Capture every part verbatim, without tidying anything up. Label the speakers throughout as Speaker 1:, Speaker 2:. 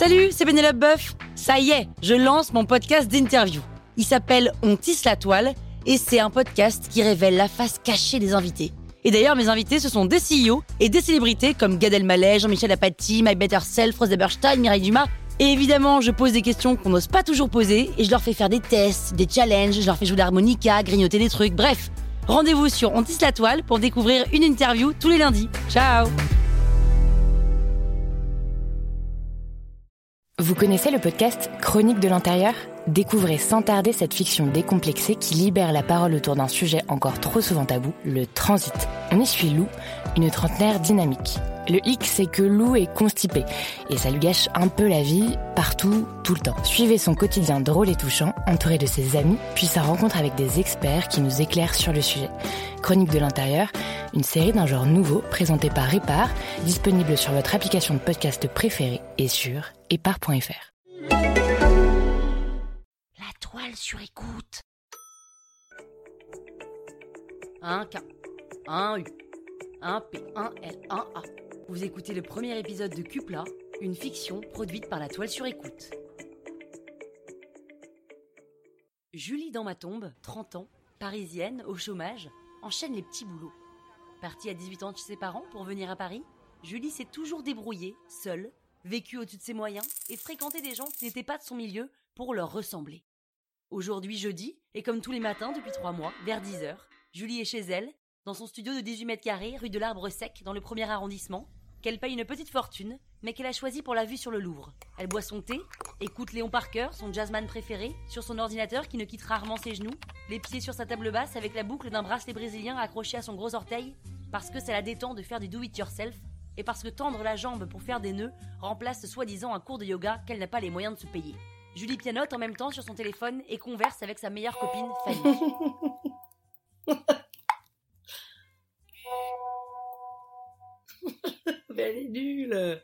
Speaker 1: Salut, c'est Pénélope Boeuf. Ça y est, je lance mon podcast d'interview. Il s'appelle On tisse la toile et c'est un podcast qui révèle la face cachée des invités. Et d'ailleurs, mes invités, ce sont des C E O et des célébrités comme Gad Elmaleh, Jean-Michel Apathy, My Better Self, Rose Eberstein, Mireille Dumas. Et évidemment, je pose des questions qu'on n'ose pas toujours poser et je leur fais faire des tests, des challenges, je leur fais jouer l'harmonica, grignoter des trucs, bref. Rendez-vous sur On tisse la toile pour découvrir une interview tous les lundis. Ciao!
Speaker 2: Vous connaissez le podcast Chronique de l'intérieur ? Découvrez sans tarder cette fiction décomplexée qui libère la parole autour d'un sujet encore trop souvent tabou, le transit. On y suit Lou, une trentenaire dynamique. Le hic, c'est que Lou est constipée et ça lui gâche un peu la vie, partout, tout le temps. Suivez son quotidien drôle et touchant, entouré de ses amis, puis sa rencontre avec des experts qui nous éclairent sur le sujet. Chronique de l'intérieur, une série d'un genre nouveau présentée par Répar, disponible sur votre application de podcast préférée et sur épar point f r.
Speaker 1: La toile sur écoute. Un K, un U, un P, un L, un A. Vous écoutez le premier épisode de Cupla, une fiction produite par la toile sur écoute. Julie dans ma tombe, trente ans, parisienne, au chômage, enchaîne les petits boulots. Partie à dix-huit ans de chez ses parents pour venir à Paris, Julie s'est toujours débrouillée, seule, vécue au-dessus de ses moyens et fréquenté des gens qui n'étaient pas de son milieu pour leur ressembler. Aujourd'hui jeudi, et comme tous les matins depuis trois mois, vers dix heures, Julie est chez elle, dans son studio de dix-huit mètres carrés, rue de l'Arbre Sec, dans le premier arrondissement, qu'elle paye une petite fortune, mais qu'elle a choisi pour la vue sur le Louvre. Elle boit son thé, écoute Léon Parker, son jazzman préféré, sur son ordinateur qui ne quitte rarement ses genoux, les pieds sur sa table basse avec la boucle d'un bracelet brésilien accroché à son gros orteil, parce que ça la détend de faire du do-it-yourself, et parce que tendre la jambe pour faire des nœuds remplace soi-disant un cours de yoga qu'elle n'a pas les moyens de se payer. Julie pianote en même temps sur son téléphone et converse avec sa meilleure copine, Fanny.
Speaker 3: Mais elle est nulle.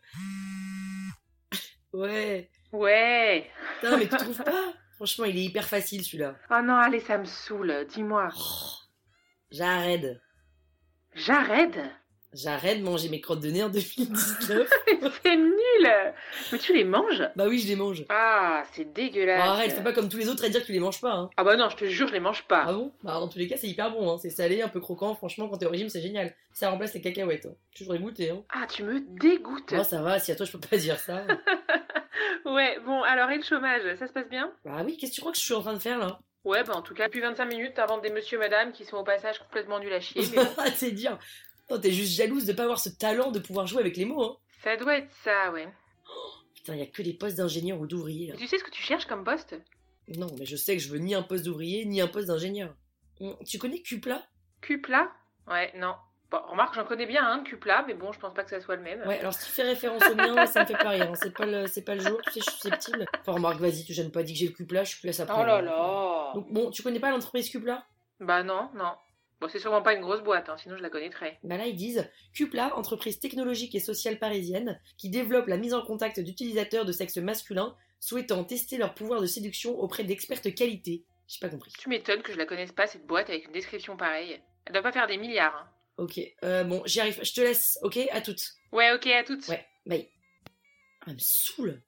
Speaker 3: Ouais.
Speaker 4: Ouais.
Speaker 3: Putain, mais tu trouves pas ? Franchement, il est hyper facile celui-là.
Speaker 4: Oh non, allez, ça me saoule. Dis-moi.
Speaker 3: Oh, j'arrête.
Speaker 4: J'arrête.
Speaker 3: J'arrête de manger mes crottes de nez en deux mille dix-neuf.
Speaker 4: C'est nul. Mais tu les manges ?
Speaker 3: Bah oui, je les mange.
Speaker 4: Ah, c'est dégueulasse.
Speaker 3: Oh, arrête, fais pas comme tous les autres à dire que tu les manges pas. Hein.
Speaker 4: Ah bah non, je te jure, je les mange pas.
Speaker 3: Ah bon ? Bah dans tous les cas, c'est hyper bon. Hein. C'est salé, un peu croquant. Franchement, quand t'es au régime, c'est génial. Ça remplace les cacahuètes. Hein. Toujours goûté. Hein.
Speaker 4: Ah, tu me dégoûtes.
Speaker 3: Oh, ça va, si à toi je peux pas dire ça.
Speaker 4: Ouais, bon, alors et le chômage, ça se passe bien ?
Speaker 3: Bah oui, qu'est-ce que tu crois que je suis en train de faire là ?
Speaker 4: Ouais, bah en tout cas, depuis vingt-cinq minutes, t'inventes des monsieur madame qui sont au passage complètement nuls à chier. Mais bon.
Speaker 3: C'est dire. Non, t'es juste jalouse de pas avoir ce talent de pouvoir jouer avec les mots. Hein.
Speaker 4: Ça doit être ça, ouais.
Speaker 3: Putain, y a que des postes d'ingénieur ou d'ouvrier là.
Speaker 4: Et tu sais ce que tu cherches comme poste ?
Speaker 3: Non, mais je sais que je veux ni un poste d'ouvrier, ni un poste d'ingénieur. Tu connais Cupla ?
Speaker 4: Cupla ? Ouais, non. Bon, remarque, j'en connais bien, hein, Cupla, mais bon, je pense pas que ça soit le même.
Speaker 3: Ouais, alors si tu fais référence au mien, ça me fait pas rire. Hein. C'est, pas le, c'est pas le jour, tu sais, je suis susceptible. Enfin, remarque, vas-y, tu gênes pas, dis que j'ai le Cupla, je suis plus à ça près.
Speaker 4: Oh là là.
Speaker 3: Donc bon, tu connais pas l'entreprise Cupla ?
Speaker 4: Bah non, non. Bon, c'est sûrement pas une grosse boîte, hein, sinon je la connaîtrais.
Speaker 3: Bah là, ils disent Cupla, entreprise technologique et sociale parisienne, qui développe la mise en contact d'utilisateurs de sexe masculin souhaitant tester leur pouvoir de séduction auprès d'expertes qualité. J'ai pas compris.
Speaker 4: Tu m'étonnes que je la connaisse pas, cette boîte, avec une description pareille. Elle doit pas faire des milliards, hein.
Speaker 3: Ok, euh, bon, j'y arrive, je te laisse, ok ? À toutes.
Speaker 4: Ouais, ok, à toutes.
Speaker 3: Ouais, bye. Ah, elle me saoule.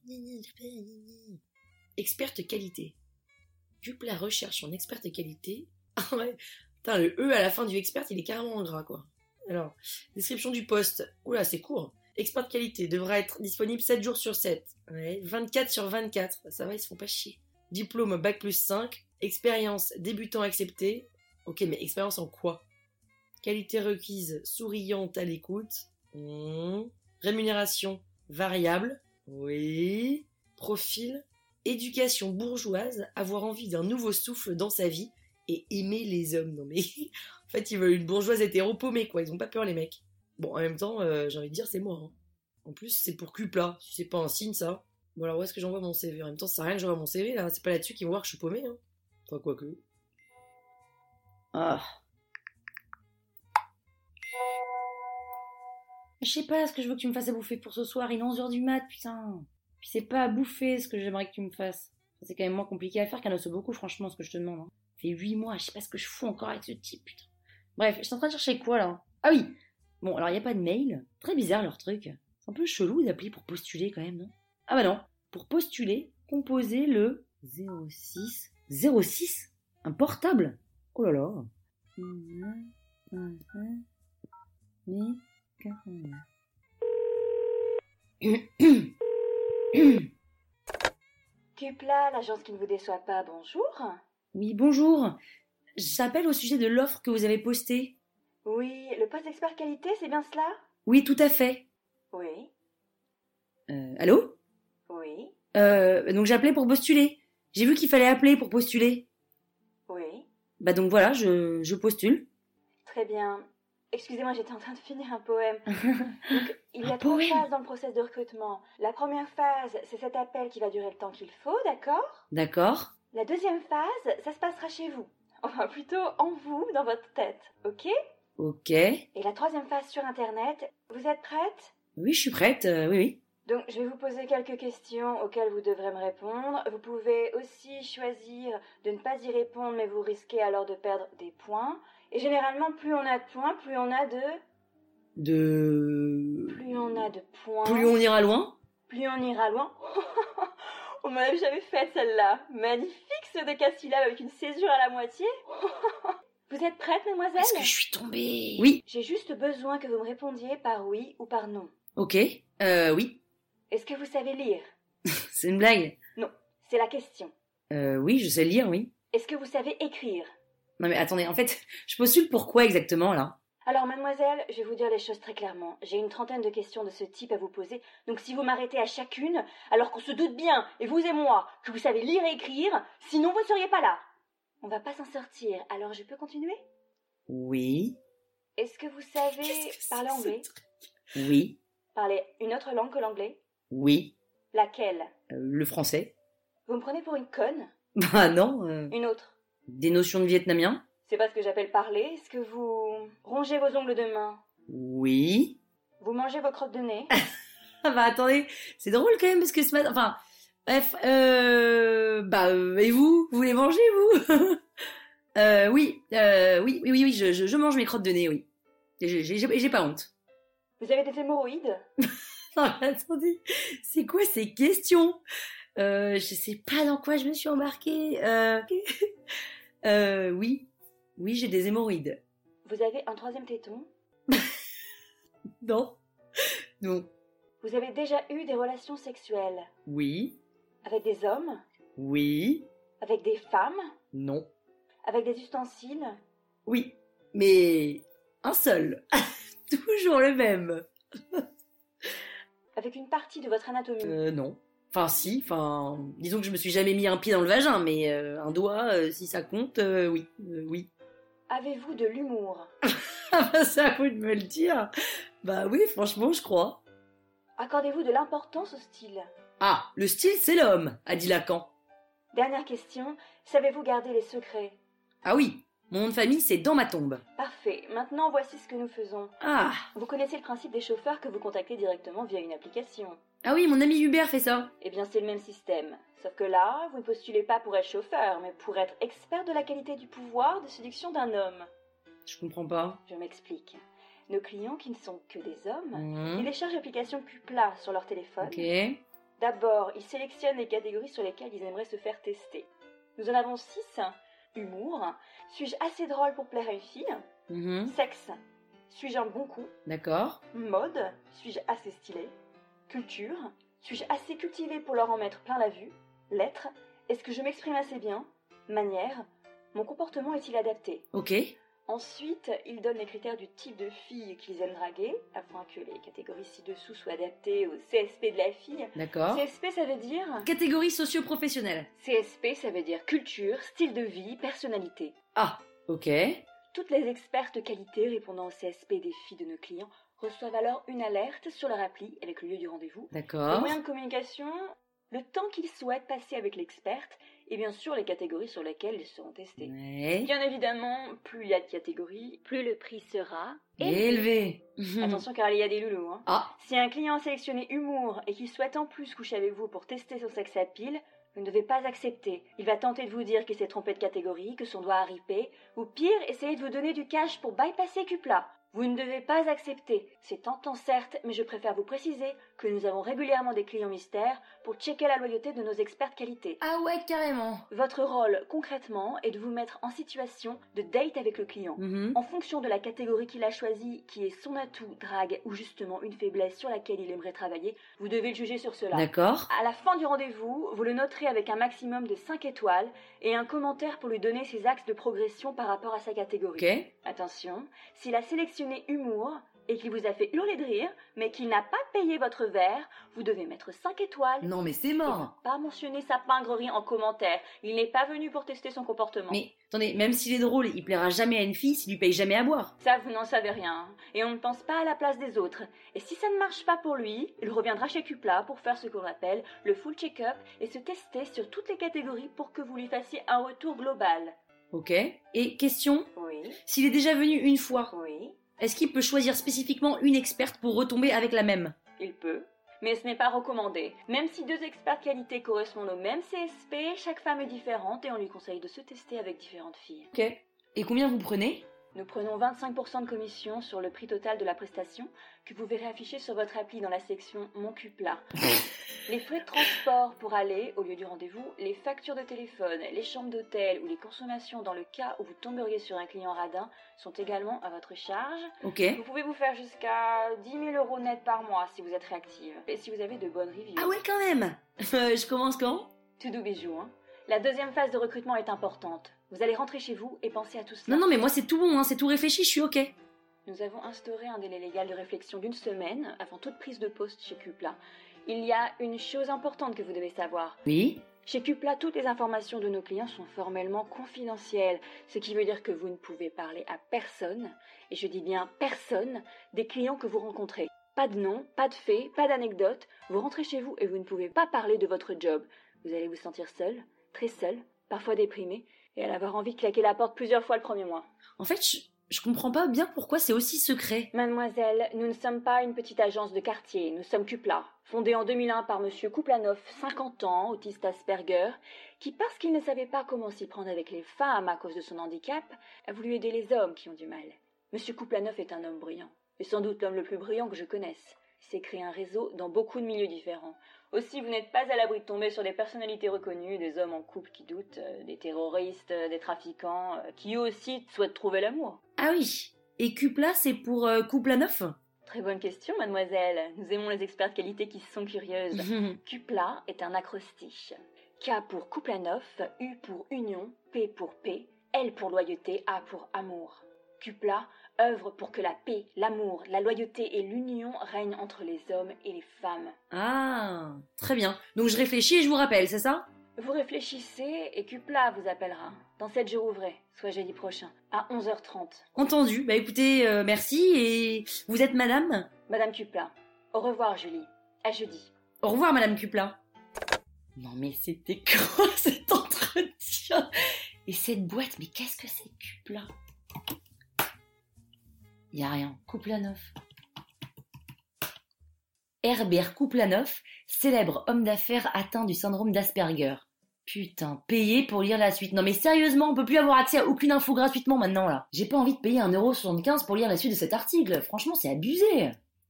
Speaker 3: Experte qualité. Cupla recherche son experte qualité. Ah ouais. Putain, le E à la fin du expert, il est carrément en gras, quoi. Alors, description du poste. Oula, c'est court. Expert qualité devra être disponible sept jours sur sept. Ouais, vingt-quatre sur vingt-quatre. Ça va, ils se font pas chier. Diplôme bac plus cinq. Expérience débutant accepté. Ok, mais expérience en quoi ? Qualité requise, souriante à l'écoute. Mmh. Rémunération variable. Oui. Profil. Éducation bourgeoise, avoir envie d'un nouveau souffle dans sa vie et aimer les hommes. Non mais, en fait, ils veulent une bourgeoise hétéro paumée, quoi. Ils ont pas peur, les mecs. Bon, en même temps, euh, j'ai envie de dire, c'est moi. Hein. En plus, c'est pour Cupla. Si c'est pas un signe, ça. Bon, alors où est-ce que j'envoie mon C V ? En même temps, ça sert à rien que j'envoie mon C V, là. C'est pas là-dessus qu'ils vont voir que je suis paumée, hein. Enfin, quoique. Ah.
Speaker 1: Je sais pas ce que je veux que tu me fasses à bouffer pour ce soir, il est onze heures du mat, putain. Puis c'est pas à bouffer ce que j'aimerais que tu me fasses. C'est quand même moins compliqué à faire qu'un osso beaucoup, franchement, ce que je te demande. Hein. Ça fait huit mois, je sais pas ce que je fous encore avec ce type, putain. Bref, je suis en train de chercher quoi, là ? Ah oui. Bon, alors il y a pas de mail. Très bizarre, leur truc. C'est un peu chelou d'appeler pour postuler, quand même, non ?
Speaker 3: Ah bah non. Pour postuler, composez le zéro six. zéro six? Un portable? Oh là là.
Speaker 5: Cupla, l'agence qui ne vous déçoit pas, bonjour.
Speaker 3: Oui, bonjour. J'appelle au sujet de l'offre que vous avez postée.
Speaker 5: Oui, le poste d'expert qualité, c'est bien cela?
Speaker 3: Oui, tout à fait.
Speaker 5: Oui,
Speaker 3: Euh, allô?
Speaker 5: oui,
Speaker 3: euh, Donc j'appelais pour postuler. J'ai vu qu'il fallait appeler pour postuler.
Speaker 5: oui.
Speaker 3: Bah donc voilà, je, je postule.
Speaker 5: Très bien. Excusez-moi, j'étais en train de finir un poème. Donc, il y a
Speaker 3: Un
Speaker 5: trois
Speaker 3: poème
Speaker 5: phases dans le process de recrutement. La première phase, c'est cet appel qui va durer le temps qu'il faut, d'accord?
Speaker 3: D'accord.
Speaker 5: La deuxième phase, ça se passera chez vous. Enfin, plutôt en vous, dans votre tête, ok?
Speaker 3: Ok.
Speaker 5: Et la troisième phase sur Internet, vous êtes prête?
Speaker 3: Oui, je suis prête. euh, oui, oui.
Speaker 5: Donc, je vais vous poser quelques questions auxquelles vous devrez me répondre. Vous pouvez aussi choisir de ne pas y répondre, mais vous risquez alors de perdre des points. Et généralement, plus on a de points, plus on a de...
Speaker 3: De...
Speaker 5: Plus on a de points...
Speaker 3: Plus on ira loin.
Speaker 5: Plus on ira loin. On m'en avait jamais fait celle-là. Magnifique ce décasyllabe avec une césure à la moitié. Vous êtes prête, mademoiselle?
Speaker 3: Est-ce que je suis tombée? Oui.
Speaker 5: J'ai juste besoin que vous me répondiez par oui ou par non.
Speaker 3: Ok. Euh, oui.
Speaker 5: Est-ce que vous savez lire?
Speaker 3: C'est une blague.
Speaker 5: Non, c'est la question.
Speaker 3: Euh, oui, je sais lire, oui.
Speaker 5: Est-ce que vous savez écrire?
Speaker 3: Non mais attendez, en fait, je postule pour quoi exactement, là?
Speaker 5: Alors, mademoiselle, je vais vous dire les choses très clairement. J'ai une trentaine de questions de ce type à vous poser, donc si vous m'arrêtez à chacune, alors qu'on se doute bien, et vous et moi, que vous savez lire et écrire, sinon vous ne seriez pas là. On va pas s'en sortir, alors je peux continuer?
Speaker 3: Oui.
Speaker 5: Est-ce que vous savez
Speaker 3: Qu'est-ce que
Speaker 5: parler
Speaker 3: c'est, ce
Speaker 5: anglais?
Speaker 3: truc? Oui.
Speaker 5: Parler une autre langue que l'anglais?
Speaker 3: Oui.
Speaker 5: Laquelle?
Speaker 3: Euh, le français.
Speaker 5: Vous me prenez pour une conne?
Speaker 3: Bah non. euh,
Speaker 5: Une autre?
Speaker 3: Des notions de vietnamien?
Speaker 5: C'est pas ce que j'appelle parler. Est-ce que vous rongez vos ongles de main?
Speaker 3: Oui.
Speaker 5: Vous mangez vos crottes de nez?
Speaker 3: Ah bah attendez, c'est drôle quand même parce que ce matin... Enfin, bref, euh... Bah, euh, et vous? Vous les mangez, vous? euh, oui, euh, oui, oui, oui, oui, je, je, je mange mes crottes de nez, oui. Et J'ai, j'ai, j'ai pas honte.
Speaker 5: Vous avez des hémorroïdes?
Speaker 3: Non, mais attendez, c'est quoi ces questions? Euh, je sais pas dans quoi je me suis embarquée. Euh, euh, oui, oui, j'ai des hémorroïdes.
Speaker 5: Vous avez un troisième téton?
Speaker 3: Non, non.
Speaker 5: Vous avez déjà eu des relations sexuelles?
Speaker 3: Oui,
Speaker 5: Avec des hommes?
Speaker 3: oui,
Speaker 5: Avec des femmes?
Speaker 3: non.
Speaker 5: Avec des ustensiles?
Speaker 3: Oui, mais un seul. Toujours le même.
Speaker 5: Avec une partie de votre anatomie?
Speaker 3: Euh, non. Enfin, si, enfin, disons que je me suis jamais mis un pied dans le vagin, mais euh, un doigt, euh, si ça compte, euh, oui, euh, oui.
Speaker 5: Avez-vous de l'humour?
Speaker 3: Ah bah ça, à vous de me le dire. Bah oui, franchement, je crois.
Speaker 5: Accordez-vous de l'importance au style?
Speaker 3: Ah, le style, c'est l'homme, a dit Lacan.
Speaker 5: Dernière question, savez-vous garder les secrets?
Speaker 3: Ah oui, mon nom de famille, c'est dans ma tombe.
Speaker 5: Parfait, maintenant voici ce que nous faisons.
Speaker 3: Ah,
Speaker 5: Vous connaissez le principe des chauffeurs que vous contactez directement via une application?
Speaker 3: ah oui, mon ami Hubert fait ça.
Speaker 5: Eh bien, c'est le même système. Sauf que là, vous ne postulez pas pour être chauffeur, mais pour être expert de la qualité du pouvoir de séduction d'un homme.
Speaker 3: Je comprends pas.
Speaker 5: Je m'explique. Nos clients, qui ne sont que des hommes,
Speaker 3: Mmh.
Speaker 5: téléchargent l'application Cupla sur leur téléphone.
Speaker 3: Ok.
Speaker 5: D'abord, ils sélectionnent les catégories sur lesquelles ils aimeraient se faire tester. Nous en avons six. Humour. Suis-je assez drôle pour plaire à une fille?
Speaker 3: Mhm.
Speaker 5: Sexe. Suis-je un bon coup?
Speaker 3: D'accord.
Speaker 5: Mode. Suis-je assez stylé? Culture. Suis-je assez cultivé pour leur en mettre plein la vue? Lettres. Est-ce que je m'exprime assez bien? Manière. Mon comportement est-il adapté?
Speaker 3: Ok.
Speaker 5: Ensuite, ils donnent les critères du type de fille qu'ils aiment draguer, afin que les catégories ci-dessous soient adaptées au C S P de la fille.
Speaker 3: D'accord.
Speaker 5: C S P, ça veut dire...
Speaker 3: Catégorie socio-professionnelle.
Speaker 5: C S P, ça veut dire culture, style de vie, personnalité.
Speaker 3: Ah, ok.
Speaker 5: Toutes les expertes qualité répondant au C S P des filles de nos clients reçoivent alors une alerte sur leur appli avec le lieu du rendez-vous, le
Speaker 3: D'accord.
Speaker 5: moyen de communication, le temps qu'ils souhaitent passer avec l'experte et bien sûr les catégories sur lesquelles ils seront testés.
Speaker 3: Ouais.
Speaker 5: Bien évidemment, plus il y a de catégories, plus le prix sera
Speaker 3: Élevé.
Speaker 5: Attention car il y a des loulous. Hein.
Speaker 3: Ah,
Speaker 5: Si un client a sélectionné humour et qu'il souhaite en plus coucher avec vous pour tester son sexe à pile, vous ne devez pas accepter. Il va tenter de vous dire qu'il s'est trompé de catégorie, que son doigt a ripé, ou pire, essayer de vous donner du cash pour bypasser Cupla. Vous ne devez pas accepter. C'est tentant certes, mais je préfère vous préciser que nous avons régulièrement des clients mystères pour checker la loyauté de nos experts qualité.
Speaker 3: Ah ouais, carrément.
Speaker 5: Votre rôle, concrètement, est de vous mettre en situation de date avec le client.
Speaker 3: Mm-hmm.
Speaker 5: En fonction de la catégorie qu'il a choisie, qui est son atout, drague ou justement une faiblesse sur laquelle il aimerait travailler, vous devez le juger sur cela.
Speaker 3: D'accord.
Speaker 5: À la fin du rendez-vous, vous le noterez avec un maximum de cinq étoiles et un commentaire pour lui donner ses axes de progression par rapport à sa catégorie.
Speaker 3: Ok.
Speaker 5: Attention, s'il a sélectionné humour et qu'il vous a fait hurler de rire, mais qu'il n'a pas payé votre verre, vous devez mettre cinq étoiles.
Speaker 3: Non mais c'est
Speaker 5: Et
Speaker 3: mort.
Speaker 5: ne pas mentionner sa pingrerie en commentaire. Il n'est pas venu pour tester son comportement.
Speaker 3: Mais attendez, même s'il est drôle, il plaira jamais à une fille s'il lui paye jamais à boire.
Speaker 5: Ça, vous n'en savez rien. Et on ne pense pas à la place des autres. Et si ça ne marche pas pour lui, il reviendra chez Cupla pour faire ce qu'on appelle le full check-up et se tester sur toutes les catégories pour que vous lui fassiez un retour global.
Speaker 3: Ok. Et question,
Speaker 5: Oui,
Speaker 3: s'il est déjà venu une fois,
Speaker 5: oui,
Speaker 3: est-ce qu'il peut choisir spécifiquement une experte pour retomber avec la même?
Speaker 5: il peut. Mais ce n'est pas recommandé. Même si deux experts qualité correspondent au même C S P, chaque femme est différente et on lui conseille de se tester avec différentes filles.
Speaker 3: Ok. Et combien vous prenez?
Speaker 5: Nous prenons vingt-cinq pour cent de commission sur le prix total de la prestation que vous verrez affiché sur votre appli dans la section Mon Cupla. Les frais de transport pour aller au lieu du rendez-vous, les factures de téléphone, les chambres d'hôtel ou les consommations dans le cas où vous tomberiez sur un client radin sont également à votre charge.
Speaker 3: Ok.
Speaker 5: Vous pouvez vous faire jusqu'à dix mille euros net par mois si vous êtes réactive et si vous avez de bonnes reviews.
Speaker 3: Ah ouais quand même. Euh, je commence quand?
Speaker 5: Tout doux bijou, hein. La deuxième phase de recrutement est importante. Vous allez rentrer chez vous et penser à tout cela.
Speaker 3: Non non mais moi c'est tout bon, hein, c'est tout réfléchi, je suis ok.
Speaker 5: Nous avons instauré un délai légal de réflexion d'une semaine avant toute prise de poste chez Cupla. Il y a une chose importante que vous devez savoir.
Speaker 3: Oui.
Speaker 5: Chez Cupla, toutes les informations de nos clients sont formellement confidentielles, ce qui veut dire que vous ne pouvez parler à personne, et je dis bien personne, des clients que vous rencontrez. Pas de nom, pas de faits, pas d'anecdotes. Vous rentrez chez vous et vous ne pouvez pas parler de votre job. Vous allez vous sentir seul, très seul, parfois déprimé, et à avoir envie de claquer la porte plusieurs fois le premier mois.
Speaker 3: En fait, je, je comprends pas bien pourquoi c'est aussi secret.
Speaker 5: Mademoiselle, nous ne sommes pas une petite agence de quartier, nous sommes Cupla, fondée en deux mille un par monsieur Kuplanov, cinquante ans, autiste Asperger, qui, parce qu'il ne savait pas comment s'y prendre avec les femmes à cause de son handicap, a voulu aider les hommes qui ont du mal. Monsieur Kuplanov est un homme brillant, et sans doute l'homme le plus brillant que je connaisse. Il s'est créé un réseau dans beaucoup de milieux différents. Aussi, vous n'êtes pas à l'abri de tomber sur des personnalités reconnues, des hommes en couple qui doutent, euh, des terroristes, euh, des trafiquants, euh, qui eux aussi souhaitent trouver l'amour.
Speaker 3: Ah oui. Et Cupla c'est pour euh, Kuplanov?
Speaker 5: Très bonne question, mademoiselle. Nous aimons les experts de qualité qui sont curieuses. Cupla est un acrostiche. K pour Kuplanov, U pour union, P pour paix, L pour loyauté, A pour amour. Cupla œuvre pour que la paix, l'amour, la loyauté et l'union règnent entre les hommes et les femmes.
Speaker 3: Ah, très bien. Donc je réfléchis et je vous rappelle, c'est ça?
Speaker 5: Vous réfléchissez et Cupla vous appellera. Dans sept jours ouvrés, soit jeudi prochain, à onze heures trente.
Speaker 3: Entendu. Bah écoutez, euh, merci et vous êtes madame?
Speaker 5: Madame Cupla. Au revoir, Julie. À jeudi.
Speaker 3: Au revoir madame Cupla. Non mais c'était quoi cet entretien? Et cette boîte, mais qu'est-ce que c'est Cupla? Y a rien. Kuplanov. Herbert Kuplanov, célèbre homme d'affaires atteint du syndrome d'Asperger. Putain, payer pour lire la suite. Non mais sérieusement, on peut plus avoir accès à aucune info gratuitement maintenant là. J'ai pas envie de payer un euro soixante-quinze pour lire la suite de cet article. Franchement, c'est abusé.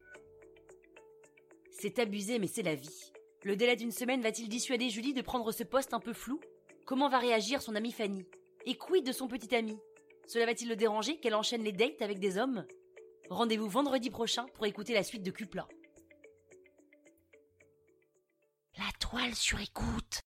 Speaker 1: C'est abusé, mais c'est la vie. Le délai d'une semaine va-t-il dissuader Julie de prendre ce poste un peu flou? Comment va réagir son amie Fanny? Et quid de son petit ami? Cela va-t-il le déranger qu'elle enchaîne les dates avec des hommes? Rendez-vous vendredi prochain pour écouter la suite de Cupla. La toile sur écoute.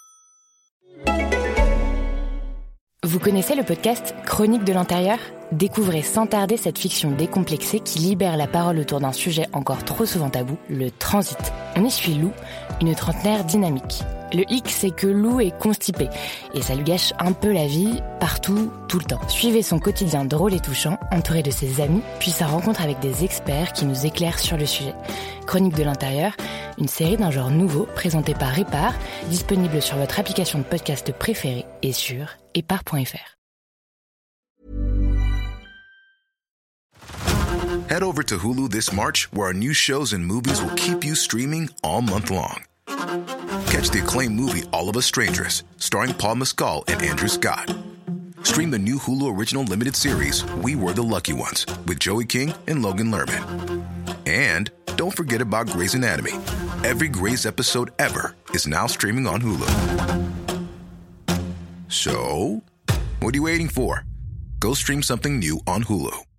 Speaker 2: Vous connaissez le podcast Chronique de l'intérieur ? Découvrez sans tarder cette fiction décomplexée qui libère la parole autour d'un sujet encore trop souvent tabou, le transit. On y suit Lou, une trentenaire dynamique. Le hic, c'est que Lou est constipée et ça lui gâche un peu la vie, partout, tout le temps. Suivez son quotidien drôle et touchant, entouré de ses amis, puis sa rencontre avec des experts qui nous éclairent sur le sujet. Chronique de l'intérieur, une série d'un genre nouveau présentée par Épar, disponible sur votre application de podcast préférée et sur épar point f r.
Speaker 6: Head over to Hulu this March, where our new shows and movies will keep you streaming all month long. Catch the acclaimed movie All of Us Strangers, starring Paul Mescal and Andrew Scott. Stream the new Hulu original limited series, We Were the Lucky Ones, with Joey King and Logan Lerman. And don't forget about Grey's Anatomy. Every Grey's episode ever is now streaming on Hulu. So, what are you waiting for? Go stream something new on Hulu.